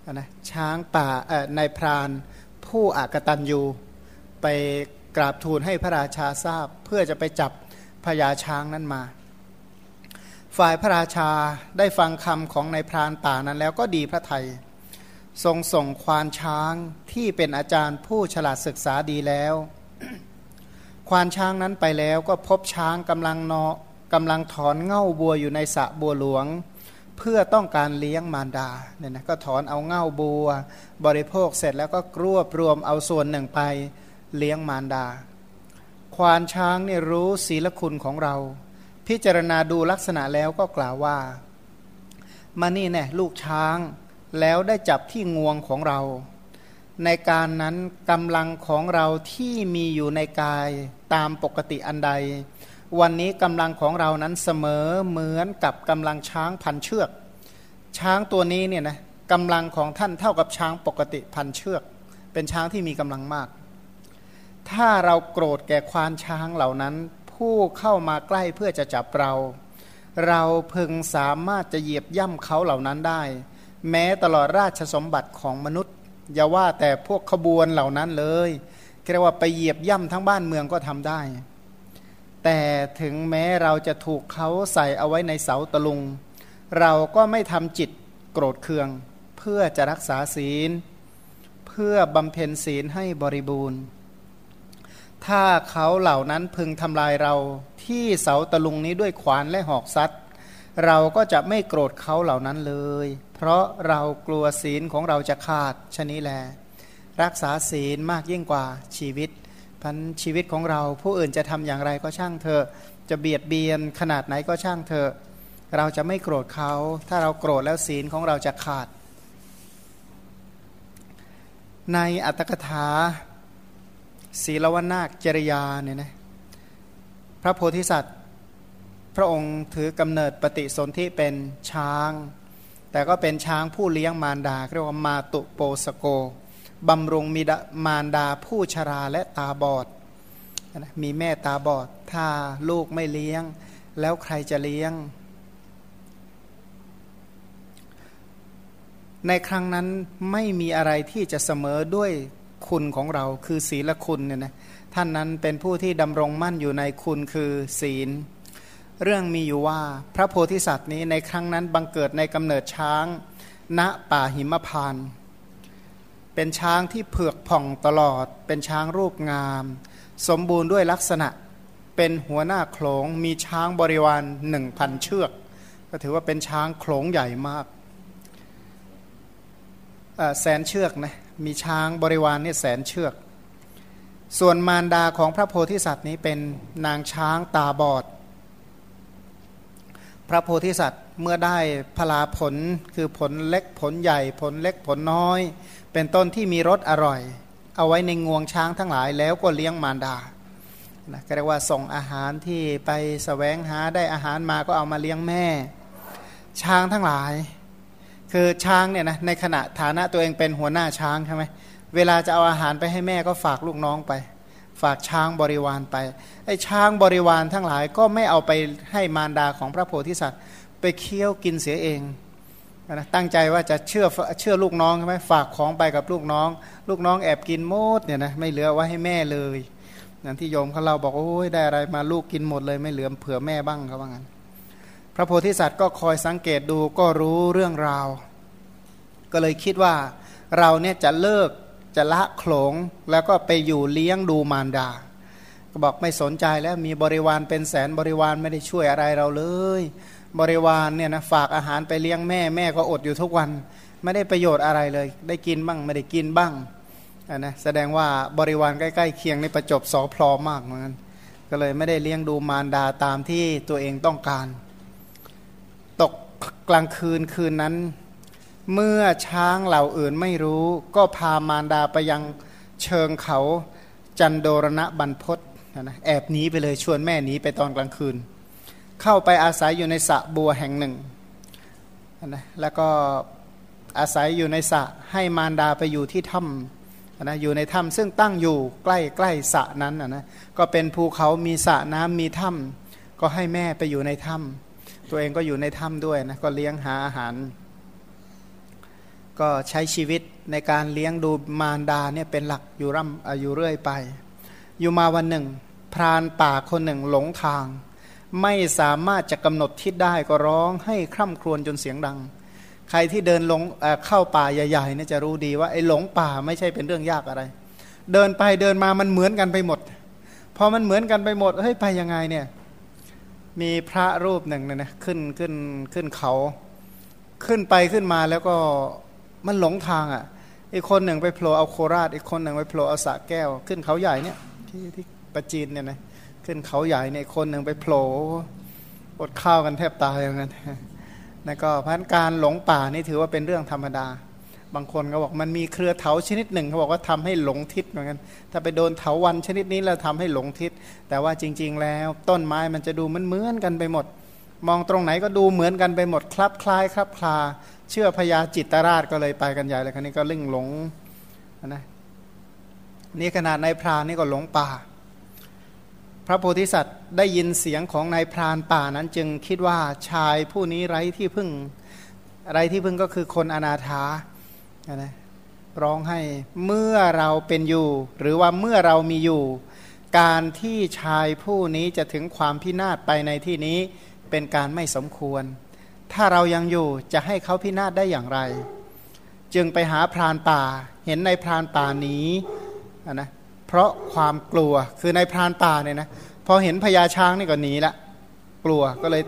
นะช้างป่านายพรานผู้อกตัญญูไปกราบทูลให้พระราชาทราบเพื่อจะไปจับพญาช้างนั้นมาฝ่ายพระราชาได้ฟังคำของนายพรานป่านั้นแล้วก็ดีพระทัยทรงส่งควานช้างที่เป็นอาจารย์ผู้ฉลาดศึกษาดีแล้ว ควานช้างนั้นไปแล้วก็พบช้างกำลังถอนเง่าบัวอยู่ในสระบัวหลวงเพื่อต้องการเลี้ยงมารดาเนี่ยนะก็ถอนเอาเง่าบัวบริโภคเสร็จแล้วก็รวบรวมเอาส่วนหนึ่งไปเลี้ยงมารดาควานช้างเนี่ยรู้ศีลคุณของเราพิจารณาดูลักษณะแล้วก็กล่าวว่ามานี่แน่ลูกช้างแล้วได้จับที่งวงของเราในการนั้นกำลังของเราที่มีอยู่ในกายตามปกติอันใดวันนี้กำลังของเรานั้นเสมอเหมือนกับกำลังช้างพันเชือกช้างตัวนี้เนี่ยนะกำลังของท่านเท่ากับช้างปกติพันเชือกเป็นช้างที่มีกำลังมากถ้าเราโกรธแก่ควานช้างเหล่านั้นผู้เข้ามาใกล้เพื่อจะจับเราพึงสามารถจะเหยียบย่ำเขาเหล่านั้นได้แม้ตลอดราชสมบัติของมนุษย์อย่าว่าแต่พวกขบวนเหล่านั้นเลยเรียกว่าไปเหยียบย่ำทั้งบ้านเมืองก็ทำได้แต่ถึงแม้เราจะถูกเขาใส่เอาไว้ในเสาตะลุงเราก็ไม่ทำจิตโกรธเคืองเพื่อจะรักษาศีลเพื่อบำเพ็ญศีลให้บริบูรณ์ถ้าเขาเหล่านั้นพึงทำลายเราที่เสาตะลุงนี้ด้วยขวานและหอกซัดเราก็จะไม่โกรธเขาเหล่านั้นเลยเพราะเรากลัวศีลของเราจะขาดชะนี้แลรักษาศีลมากยิ่งกว่าชีวิตพันชีวิตของเราผู้อื่นจะทำอย่างไรก็ช่างเถอะจะเบียดเบียนขนาดไหนก็ช่างเถอะเราจะไม่โกรธเขาถ้าเราโกรธแล้วศีลของเราจะขาดในอัตถกถาศีลวนาคจริยาเนี่ยนะพระโพธิสัตว์พระองค์ถือกำเนิดปฏิสนธิเป็นช้างแต่ก็เป็นช้างผู้เลี้ยงมารดาเรียกว่ามาตุโปสโกบำรุงมีมารดาผู้ชราและตาบอดมีแม่ตาบอดถ้าลูกไม่เลี้ยงแล้วใครจะเลี้ยงในครั้งนั้นไม่มีอะไรที่จะเสมอด้วยคุณของเราคือศีลคุณเนี่ยนะท่านนั้นเป็นผู้ที่ดำรงมั่นอยู่ในคุณคือศีลเรื่องมีอยู่ว่าพระโพธิสัตว์นี้ในครั้งนั้นบังเกิดในกำเนิดช้างณป่าหิมพานต์เป็นช้างที่เผือกผ่องตลอดเป็นช้างรูปงามสมบูรณ์ด้วยลักษณะเป็นหัวหน้าโขลงมีช้างบริวาร 1,000 เชือกก็ถือว่าเป็นช้างโขลงใหญ่มากแสนเชือกนะมีช้างบริวารเนี่ยแสนเชือกส่วนมารดาของพระโพธิสัตว์นี้เป็นนางช้างตาบอดพระโพธิสัตว์เมื่อได้พลาผลคือผลเล็กผลใหญ่ผลเล็กผลน้อยเป็นต้นที่มีรสอร่อยเอาไว้ในงวงช้างทั้งหลายแล้วก็เลี้ยงมารดานะก็เรียกว่าส่งอาหารที่ไปแสวงหาได้อาหารมาก็เอามาเลี้ยงแม่ช้างทั้งหลายคือช้างเนี่ยนะในขณะฐานะตัวเองเป็นหัวหน้าช้างใช่ไหมเวลาจะเอาอาหารไปให้แม่ก็ฝากลูกน้องไปฝากช้างบริวารไปไอ้ช้างบริวารทั้งหลายก็ไม่เอาไปให้มารดาของพระโพธิสัตว์ไปเคี้ยวกินเสียเองนะตั้งใจว่าจะเชื่อลูกน้องใช่ไหมฝากของไปกับลูกน้องแอบกินหมดเนี่ยนะไม่เหลือไว้ให้แม่เลยนั่นที่โยมเขาเราบอกโอ้ยได้อะไรมาลูกกินหมดเลยไม่เหลือเผื่อแม่บ้างเขาว่างั้นพระโพธิสัตว์ก็คอยสังเกตดูก็รู้เรื่องราวก็เลยคิดว่าเราเนี่ยจะเลิกจะละโขลงแล้วก็ไปอยู่เลี้ยงดูมารดาก็บอกไม่สนใจแล้วมีบริวารเป็นแสนบริวารไม่ได้ช่วยอะไรเราเลยบริวารเนี่ยนะฝากอาหารไปเลี้ยงแม่ก็อดอยู่ทุกวันไม่ได้ประโยชน์อะไรเลยได้กินบ้างไม่ได้กินบ้างนะแสดงว่าบริวารใกล้ๆเคียงในประจบสอพลอมากเหมือนกันก็เลยไม่ได้เลี้ยงดูมารดาตามที่ตัวเองต้องการตกกลางคืนนั้นเมื่อช้างเหล่าอื่นไม่รู้ก็พามารดาไปยังเชิงเขาจันโดรณบรรพตนะแอบหนีไปเลยชวนแม่หนีไปตอนกลางคืนเข้าไปอาศัยอยู่ในสระบัวแห่งหนึ่งนะแล้วก็อาศัยอยู่ในสระให้มารดาไปอยู่ที่ถ้ำนะอยู่ในถ้ำซึ่งตั้งอยู่ใกล้สระนั้นนะก็เป็นภูเขามีสระน้ำมีถ้ำก็ให้แม่ไปอยู่ในถ้ำตัวเองก็อยู่ในถ้ำด้วยนะก็เลี้ยงหาอาหารก็ใช้ชีวิตในการเลี้ยงดูมารดาเนี่ยเป็นหลักอยู่เรื่อยไปอยู่มาวันหนึ่งพรานป่าคนหนึ่งหลงทางไม่สามารถจะกำหนดทิศได้ก็ร้องให้คร่ำครวญจนเสียงดังใครที่เดินเข้าป่าใหญ่ๆเนี่ยจะรู้ดีว่าไอ้หลงป่าไม่ใช่เป็นเรื่องยากอะไรเดินไปเดินมามันเหมือนกันไปหมดพอมันเหมือนกันไปหมดเฮ้ยไปยังไงเนี่ยมีพระรูปหนึ่งนะขึ้นเขาขึ้นไปขึ้นมาแล้วก็มันหลงทางอ่ะอีกคนหนึ่งไปโผล่เอาโคราชอีกคนหนึ่งไปโผล่เอาสระแก้วขึ้นเขาใหญ่เนี่ยที่ประจีนเนี่ยนะขึ้นเขาใหญ่เนี่ยคนหนึ่งไปโผล่อดข้าวกันแทบตายอย่างนั้นนะก็พันการหลงป่านี่ถือว่าเป็นเรื่องธรรมดาบางคนก็บอกมันมีเครือเถาชนิดหนึ่งเขาบอกว่าทำให้หลงทิศเหมือนกันถ้าไปโดนเถาวัลย์ชนิดนี้แล้วทำให้หลงทิศแต่ว่าจริงๆแล้วต้นไม้มันจะดูเหมือนกันไปหมดมองตรงไหนก็ดูเหมือนกันไปหมดคลับคล้ายคลับคลาเชื่อพญาจิตตราชก็เลยไปกันใหญ่เลยคราวนี้ก็ลิ่งหลงนะนี่ขนาดนายพรานนี่ก็หลงป่าพระโพธิสัตว์ได้ยินเสียงของนายพรานป่านั้นจึงคิดว่าชายผู้นี้ไร้ที่พึ่งก็คือคนอนาถานะร้องให้เมื่อเราเป็นอยู่หรือว่าเมื่อเรามีอยู่การที่ชายผู้นี้จะถึงความพินาศไปในที่นี้เป็นการไม่สมควรถ้าเรายังอยู่จะให้เขาพินาศได้อย่างไรจึงไปหาพรานป่าเห็นในพรานป่าหนีนะเพราะความกลัวคือในพรานป่าเนี่ยนะพอเห็นพญาช้างนี่ก็หนีละกลัวก็เลย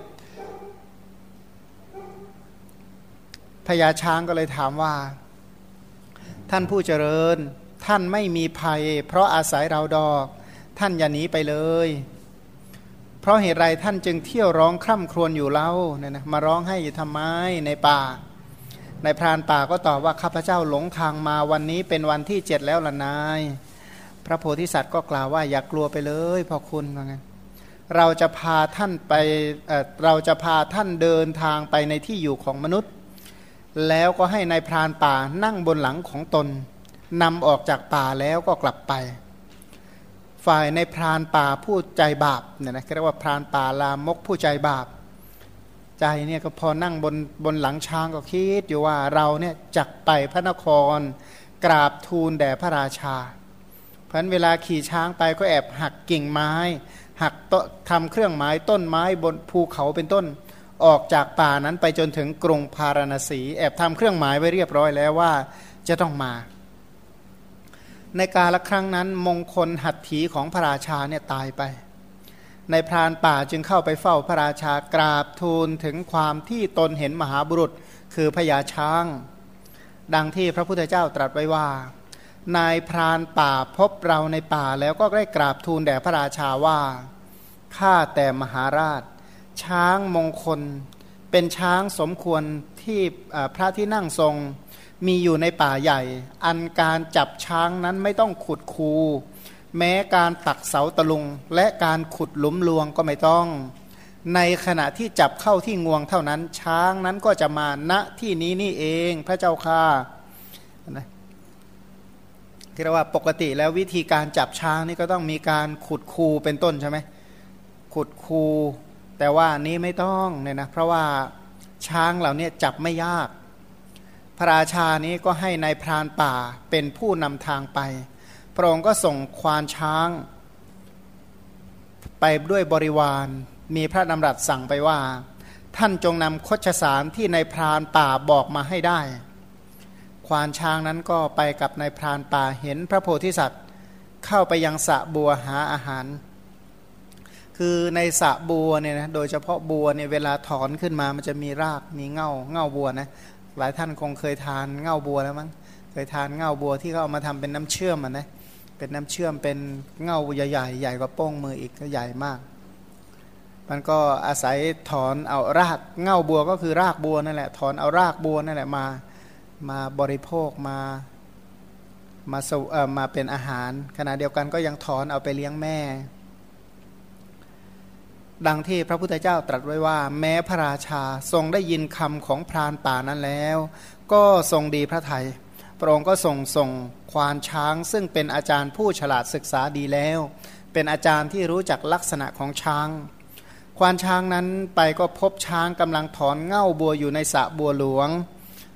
พญาช้างก็เลยถามว่าท่านผู้เจริญท่านไม่มีภัยเพราะอาศัยเราดอกท่านอย่าหนีไปเลยเพราะเหตุไรท่านจึงเที่ยวร้องคร่ำครวญอยู่เล่าเนี่ยนะมาร้องให้อยู่ทำไมในป่าในพรานป่าก็ตอบว่าข้าพเจ้าหลงทางมาวันนี้เป็นวันที่7แล้วล่ะนายพระโพธิสัตว์ก็กล่าวว่าอย่ากลัวไปเลยพ่อคุณว่างั้นเราจะพาท่านเดินทางไปในที่อยู่ของมนุษย์แล้วก็ให้ในายพรานป่านั่งบนหลังของตนนำออกจากป่าแล้วก็กลับไปฝ่ายในพรานป่าผู้ใจบาปเนี่ยนะเรียกว่าพรานป่าลามกผู้ใจบาปใจเนี่ยก็พอนั่งบนหลังช้างก็คิดอยู่ว่าเราเนี่ยจักไปพระนครกราบทูลแด่พระราชาเพราะฉะนั้นเวลาขี่ช้างไปก็แอบหักกิ่งไม้หักทำเครื่องหมายต้นไม้บนภูเขาเป็นต้นออกจากป่านั้นไปจนถึงกรุงพาราณสีแอบทำเครื่องหมายไว้เรียบร้อยแล้วว่าจะต้องมาในกาลครั้งนั้นมงคลหัตถีของพระราชาเนี่ยตายไปในพรานป่าจึงเข้าไปเฝ้าพระราชากราบทูลถึงความที่ตนเห็นมหาบุรุษคือพญาช้างดังที่พระพุทธเจ้าตรัสไว้ว่านายพรานป่าพบเราในป่าแล้วก็ได้กราบทูลแด่พระราชาว่าข้าแต่มหาราชช้างมงคลเป็นช้างสมควรที่พระที่นั่งทรงมีอยู่ในป่าใหญ่อันการจับช้างนั้นไม่ต้องขุดคูแม้การตักเสาตะลุงและการขุดหลุมลวงก็ไม่ต้องในขณะที่จับเข้าที่งวงเท่านั้นช้างนั้นก็จะมาณที่นี้นี่เองพระเจ้าค่ะนะที่เรียกว่าปกติแล้ววิธีการจับช้างนี่ก็ต้องมีการขุดคูเป็นต้นใช่ไหมขุดคูแต่ว่านี้ไม่ต้องเนี่ยนะเพราะว่าช้างเหล่านี้จับไม่ยากพระราชานี้ก็ให้นายพรานป่าเป็นผู้นำทางไปพระองค์ก็ส่งควานช้างไปด้วยบริวารมีพระดำรัสสั่งไปว่าท่านจงนำคชสารที่นายพรานป่าบอกมาให้ได้ควานช้างนั้นก็ไปกับนายพรานป่าเห็นพระโพธิสัตว์เข้าไปยังสระบัวหาอาหารคือในสระบัวเนี่ยนะโดยเฉพาะบัวเนี่ยเวลาถอนขึ้นมามันจะมีรากมีเง่าบัวนะหลายท่านคงเคยทานเง่าบัวแล้วมั้งเคยทานเง่าบัวที่เขาเอามาทำเป็นน้ำเชื่อมอ่ะนะเป็นน้ำเชื่อมเป็นเง่าใหญ่ๆใหญ่กว่าโป้งมืออีกก็ใหญ่มากมันก็อาศัยถอนเอารากเง่าบัวก็คือรากบัวนั่นแหละถอนเอารากบัวนั่นแหละมาบริโภคมาเป็นอาหารขณะเดียวกันก็ยังถอนเอาไปเลี้ยงแม่ดังที่พระพุทธเจ้าตรัสไว้ว่าแม้พระราชาทรงได้ยินคำของพรานป่านั้นแล้วก็ทรงดีพระทัยพระองค์ก็ส่งควานช้างซึ่งเป็นอาจารย์ผู้ฉลาดศึกษาดีแล้วเป็นอาจารย์ที่รู้จักลักษณะของช้างควานช้างนั้นไปก็พบช้างกำลังถอนเง่าบัวอยู่ในสระบัวหลวง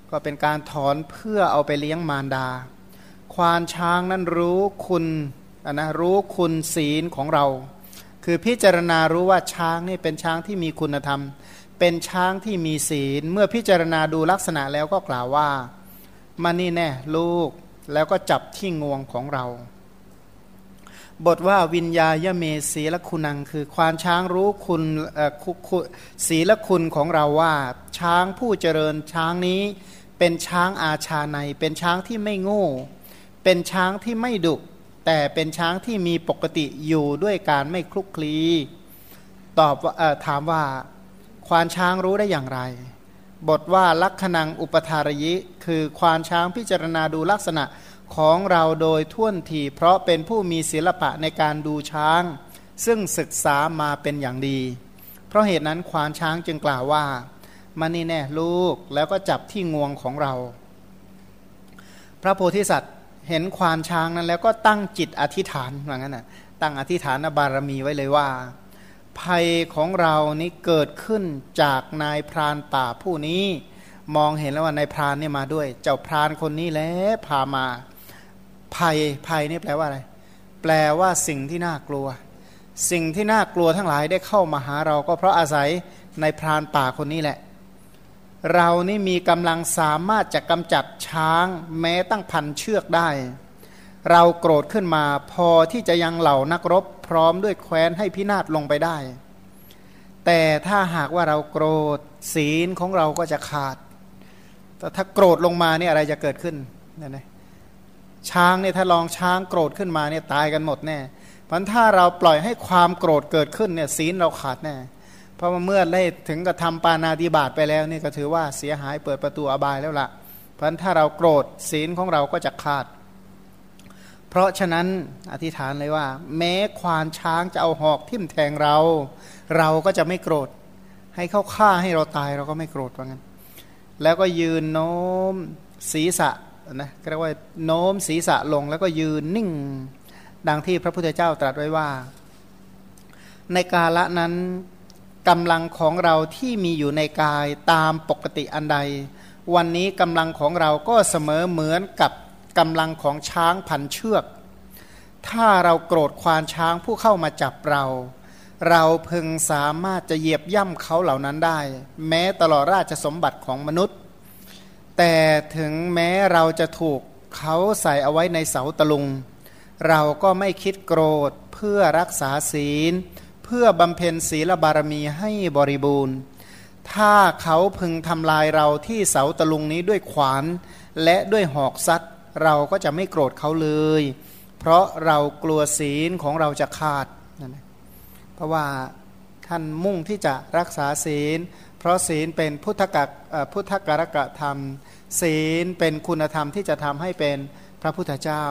ก็เป็นการถอนเพื่อเอาไปเลี้ยงมารดาควานช้างนั้นรู้คุณรู้คุณศีลของเราคือพิจารณารู้ว่าช้างนี่เป็นช้างที่มีคุณธรรมเป็นช้างที่มีศีลเมื่อพิจารณาดูลักษณะแล้วก็กล่าวว่ามานี่แน่ลูกแล้วก็จับที่งวงของเราบทว่าวิญญาณเมศีลคุณังคือควานช้างรู้คุณศีลคุณของเราว่าช้างผู้เจริญช้างนี้เป็นช้างอาชาในเป็นช้างที่ไม่โง่เป็นช้างที่ไม่ดุแต่เป็นช้างที่มีปกติอยู่ด้วยการไม่คลุกคลีตอบถามว่าควานช้างรู้ได้อย่างไรบทว่าลักขณังอุปทารยิคือควานช้างพิจารณาดูลักษณะของเราโดยท่วนทีเพราะเป็นผู้มีศิลปะในการดูช้างซึ่งศึกษามาเป็นอย่างดีเพราะเหตุนั้นควานช้างจึงกล่าวว่ามานี่แน่ลูกแล้วก็จับที่งวงของเราพระโพธิสัตว์เห็นควานช้างนั้นแล้วก็ตั้งจิตอธิษฐานว่างั้นน่ะตั้งอธิษฐานบารมีไว้เลยว่าภัยของเรานี้เกิดขึ้นจากนายพรานป่าผู้นี้มองเห็นแล้วว่านายพรานนี่มาด้วยเจ้าพรานคนนี้แหละพามาภัยนี่แปลว่าอะไรแปลว่าสิ่งที่น่ากลัวสิ่งที่น่ากลัวทั้งหลายได้เข้ามาหาเราก็เพราะอาศัยนายพรานป่าคนนี้แหละเรานี่มีกำลังสามารถจะกำจัดช้างแม้ตั้งพันเชือกได้เราโกรธขึ้นมาพอที่จะยังเหล่านักรบพร้อมด้วยแคว้นให้พินาศลงไปได้แต่ถ้าหากว่าเราโกรธศีลของเราก็จะขาดแต่ถ้าโกรธลงมาเนี่ยอะไรจะเกิดขึ้นเนี่ยช้างเนี่ยถ้าลองช้างโกรธขึ้นมาเนี่ยตายกันหมดแน่เพราะถ้าเราปล่อยให้ความโกรธเกิดขึ้นเนี่ยศีลเราขาดแน่เพราะว่าเมื่อได้ถึงกระทำปาณาติบาตไปแล้วนี่ก็ถือว่าเสียหายเปิดประตูอบายแล้วล่ะเพราะถ้าเราโกรธศีลของเราก็จะขาดเพราะฉะนั้นอธิษฐานเลยว่าแม้ควานช้างจะเอาหอกทิ่มแทงเราก็จะไม่โกรธให้เขาฆ่าให้เราตายเราก็ไม่โกรธว่างั้นแล้วก็ยืนโน้มศีรษะนะเรียกว่าโน้มศีรษะลงแล้วก็ยืนนิ่งดังที่พระพุทธเจ้าตรัสไว้ว่าในกาละนั้นกำลังของเราที่มีอยู่ในกายตามปกติอันใดวันนี้กำลังของเราก็เสมอเหมือนกับกำลังของช้างพันเชือกถ้าเราโกรธควานช้างผู้เข้ามาจับเราพึงสามารถจะเหยียบย่ำเขาเหล่านั้นได้แม้ตลอดราชสมบัติของมนุษย์แต่ถึงแม้เราจะถูกเขาใส่เอาไว้ในเสาตะลุงเราก็ไม่คิดโกรธเพื่อรักษาศีลเพื่อบำเพ็ญศีลบารมีให้บริบูรณ์ถ้าเขาพึงทำลายเราที่เสาตะลุงนี้ด้วยขวานและด้วยหอกซัดเราก็จะไม่โกรธเขาเลยเพราะเรากลัวศีลของเราจะขาดนั่นเพราะว่าท่านมุ่งที่จะรักษาศีลเพราะศีลเป็นพุทธการกธรรมศีลเป็นคุณธรรมที่จะทำให้เป็นพระพุทธเจ้า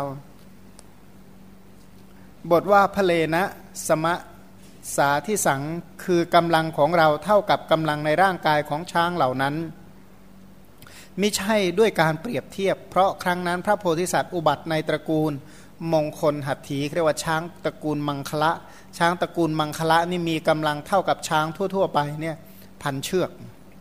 บทว่าพะเลนะสมะสาที่สังคือกำลังของเราเท่ากับกำลังในร่างกายของช้างเหล่านั้นไม่ใช่ด้วยการเปรียบเทียบเพราะครั้งนั้นพระโพธิสัตว์อุบัติในตระกูลมงคลหัตถีเรียกว่าช้างตระกูลมังคละช้างตระกูลมังคละนี่มีกำลังเท่ากับช้างทั่วๆไปเนี่ยพันเชือก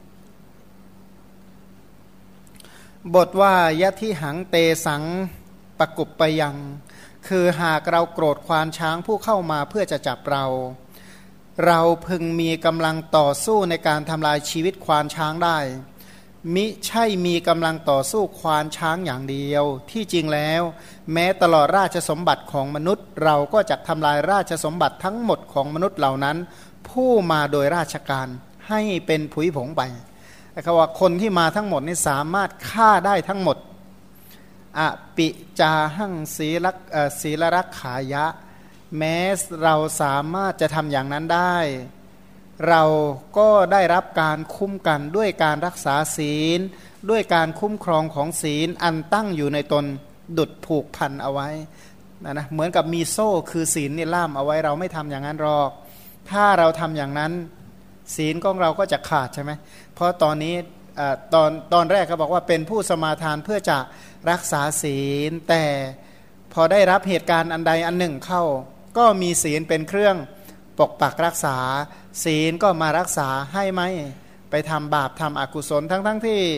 บทว่ายะทิหังเตสังปกุปไปยังคือหากเราโกรธควานช้างผู้เข้ามาเพื่อจะจับเราพึงมีกำลังต่อสู้ในการทำลายชีวิตควานช้างได้มิใช่มีกำลังต่อสู้ควานช้างอย่างเดียวที่จริงแล้วแม้ตลอดราชสมบัติของมนุษย์เราก็จะทำลายราชสมบัติทั้งหมดของมนุษย์เหล่านั้นผู้มาโดยราชการให้เป็นผุยผงไปคำว่าคนที่มาทั้งหมดนี่สามารถฆ่าได้ทั้งหมดอปิจาหังศีลรักขายะแม้เราสามารถจะทำอย่างนั้นได้เราก็ได้รับการคุ้มกันด้วยการรักษาศีลด้วยการคุ้มครองของศีลอันตั้งอยู่ในตนดุจผูกพันเอาไว้นะเหมือนกับมีโซ่คือศีลนี่ล่ามเอาไว้เราไม่ทำอย่างนั้นหรอกถ้าเราทำอย่างนั้นศีลของเราก็จะขาดใช่ไหมเพราะตอนนี้ตอนแรกเขาบอกว่าเป็นผู้สมาทานเพื่อจะรักษาศีลแต่พอได้รับเหตุการณ์อันใดอันหนึ่งเข้าก็มีศีลเป็นเครื่องปกปักรักษาศีลก็มารักษาให้ไหมไปทำบาปทำอกุศลทั้งที่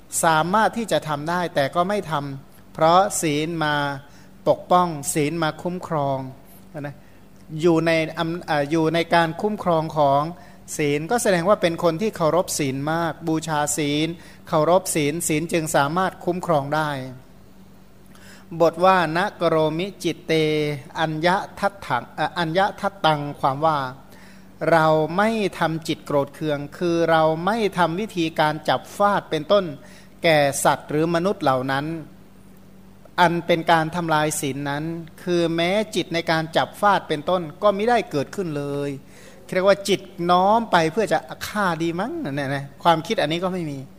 สามารถที่จะทำได้แต่ก็ไม่ทำเพราะศีลมาปกป้องศีลมาคุ้มครองนะอยู่ในการคุ้มครองของศีลก็แสดงว่าเป็นคนที่เคารพศีลมากบูชาศีลเคารพศีลศีลจึงสามารถคุ้มครองได้บทว่านะกโรมิจิตเตอัญญทัตตังความว่าเราไม่ทำจิตโกรธเคืองคือเราไม่ทำวิธีการจับฟาดเป็นต้นแก่สัตว์หรือมนุษย์เหล่านั้นอันเป็นการทำลายศีลนั้นคือแม้จิตในการจับฟาดเป็นต้นก็ไม่ได้เกิดขึ้นเลยเรียกว่าจิตน้อมไปเพื่อจะฆ่าดีมั้งเนี่ยนะความคิดอันนี้ก็ไม่มี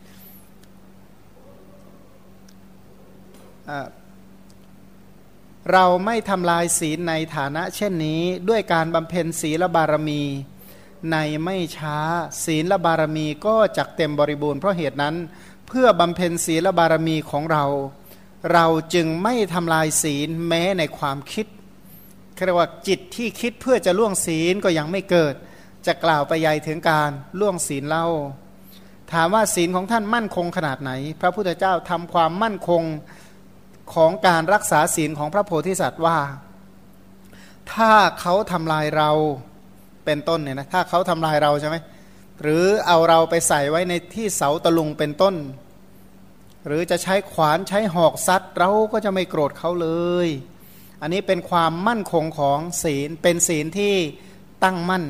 เราไม่ทำลายศีลในฐานะเช่นนี้ด้วยการบำเพ็ญศีลบารมีในไม่ช้าศีลบารมีก็จักเต็มบริบูรณ์เพราะเหตุนั้นเพื่อบำเพ็ญศีลบารมีของเราจึงไม่ทำลายศีลแม้ในความคิดเรียกว่าจิตที่คิดเพื่อจะล่วงศีลก็ยังไม่เกิดจะกล่าวไปใหญ่ถึงการล่วงศีลเล่าถามว่าศีลของท่านมั่นคงขนาดไหนพระพุทธเจ้าทำความมั่นคงของการรักษาศีลของพระโพธิสัตว์ว่าถ้าเขาทำลายเราเป็นต้นเนี่ยนะถ้าเขาทำลายเราใช่ไหมหรือเอาเราไปใส่ไว้ในที่เสาตะลุงเป็นต้นหรือจะใช้ขวานใช้หอกซัดเราก็จะไม่โกรธเขาเลยอันนี้เป็นความมั่นคงของศีลเป็นศีลที่ตั้งมั่น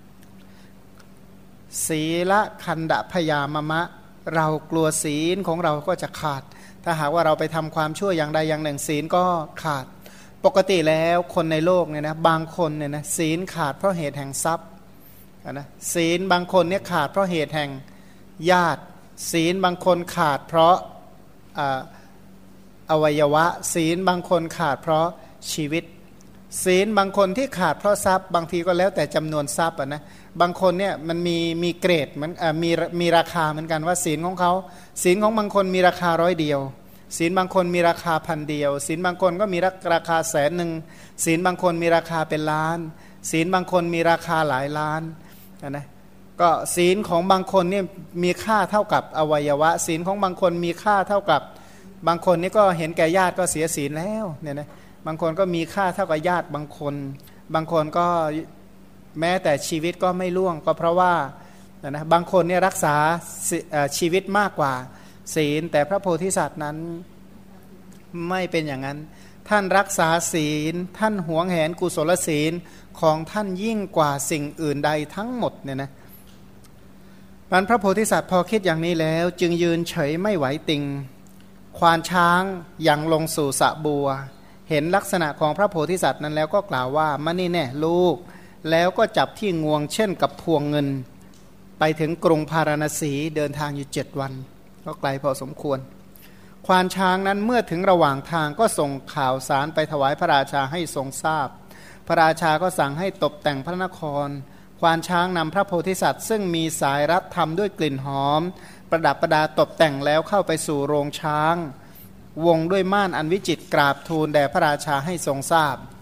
ศีละคันดะพยามะเรากลัวศีลของเราก็จะขาดถ้าหากว่าเราไปทำความชั่วอย่างใดอย่างหนึ่งศีลก็ขาดปกติแล้วคนในโลกเนี่ยนะบางคนเนี่ยนะศีลขาดเพราะเหตุแห่งทรัพย์นะศีลบางคนเนี่ยขาดเพราะเหตุแห่งญาติศีลบางคนขาดเพราะอวัยวะศีลบางคนขาดเพราะชีวิตศีลบางคนที่ขาดเพราะทรัพย์บางทีก็แล้วแต่จำนวนทรัพย์นะบางคนเนี่ยมันมีเกรดมันมีราคาเหมือนกันว่าศีลของเขาศีลของบางคนมีราคา100 เดียวศีลบางคนมีราคา1,000 เดียวศีลบางคนก็มีราคา100,000ศีลบางคนมีราคาเป็นล้านศีลบางคนมีราคาหลายล้านนะก็ศีลของบางคนเนี่ยมีค่าเท่ากับอวัยวะศีลของบางคนมีค่าเท่ากับบางคนนี่ก็เห็นแก่ญาติก็เสียศีลแล้วเนี่ยนะบางคนก็มีค่าเท่ากับญาติบางคนก็แม้แต่ชีวิตก็ไม่ล่วงก็เพราะว่านะบางคนเนี่ยรักษาชีวิตมากกว่าศีลแต่พระโพธิสัตว์นั้นไม่เป็นอย่างนั้นท่านรักษาศีลท่านหวงแหนกุศลศีลของท่านยิ่งกว่าสิ่งอื่นใดทั้งหมดเนี่ยนะพระโพธิสัตว์พอคิดอย่างนี้แล้วจึงยืนเฉยไม่ไหวติงควานช้างยังลงสู่สระบัวเห็นลักษณะของพระโพธิสัตว์นั้นแล้วก็กล่าวว่ามานี่แน่ลูกแล้วก็จับที่งวงเช่นกับพวงเงินไปถึงกรุงพาราณสีเดินทางอยู่7 วันก็ไกลพอสมควรควานช้างนั้นเมื่อถึงระหว่างทางก็ส่งข่าวสารไปถวายพระราชาให้ทรงทราบพระราชาก็สั่งให้ตกแต่งพระนครควานช้างนำพระโพธิสัตว์ซึ่งมีสายรัดทำด้วยกลิ่นหอมประดับประดาตกแต่งแล้วเข้าไปสู่โรงช้างวงด้วยม่านอันวิจิตรกราบทูลแด่พระราชาให้ทรงทราบ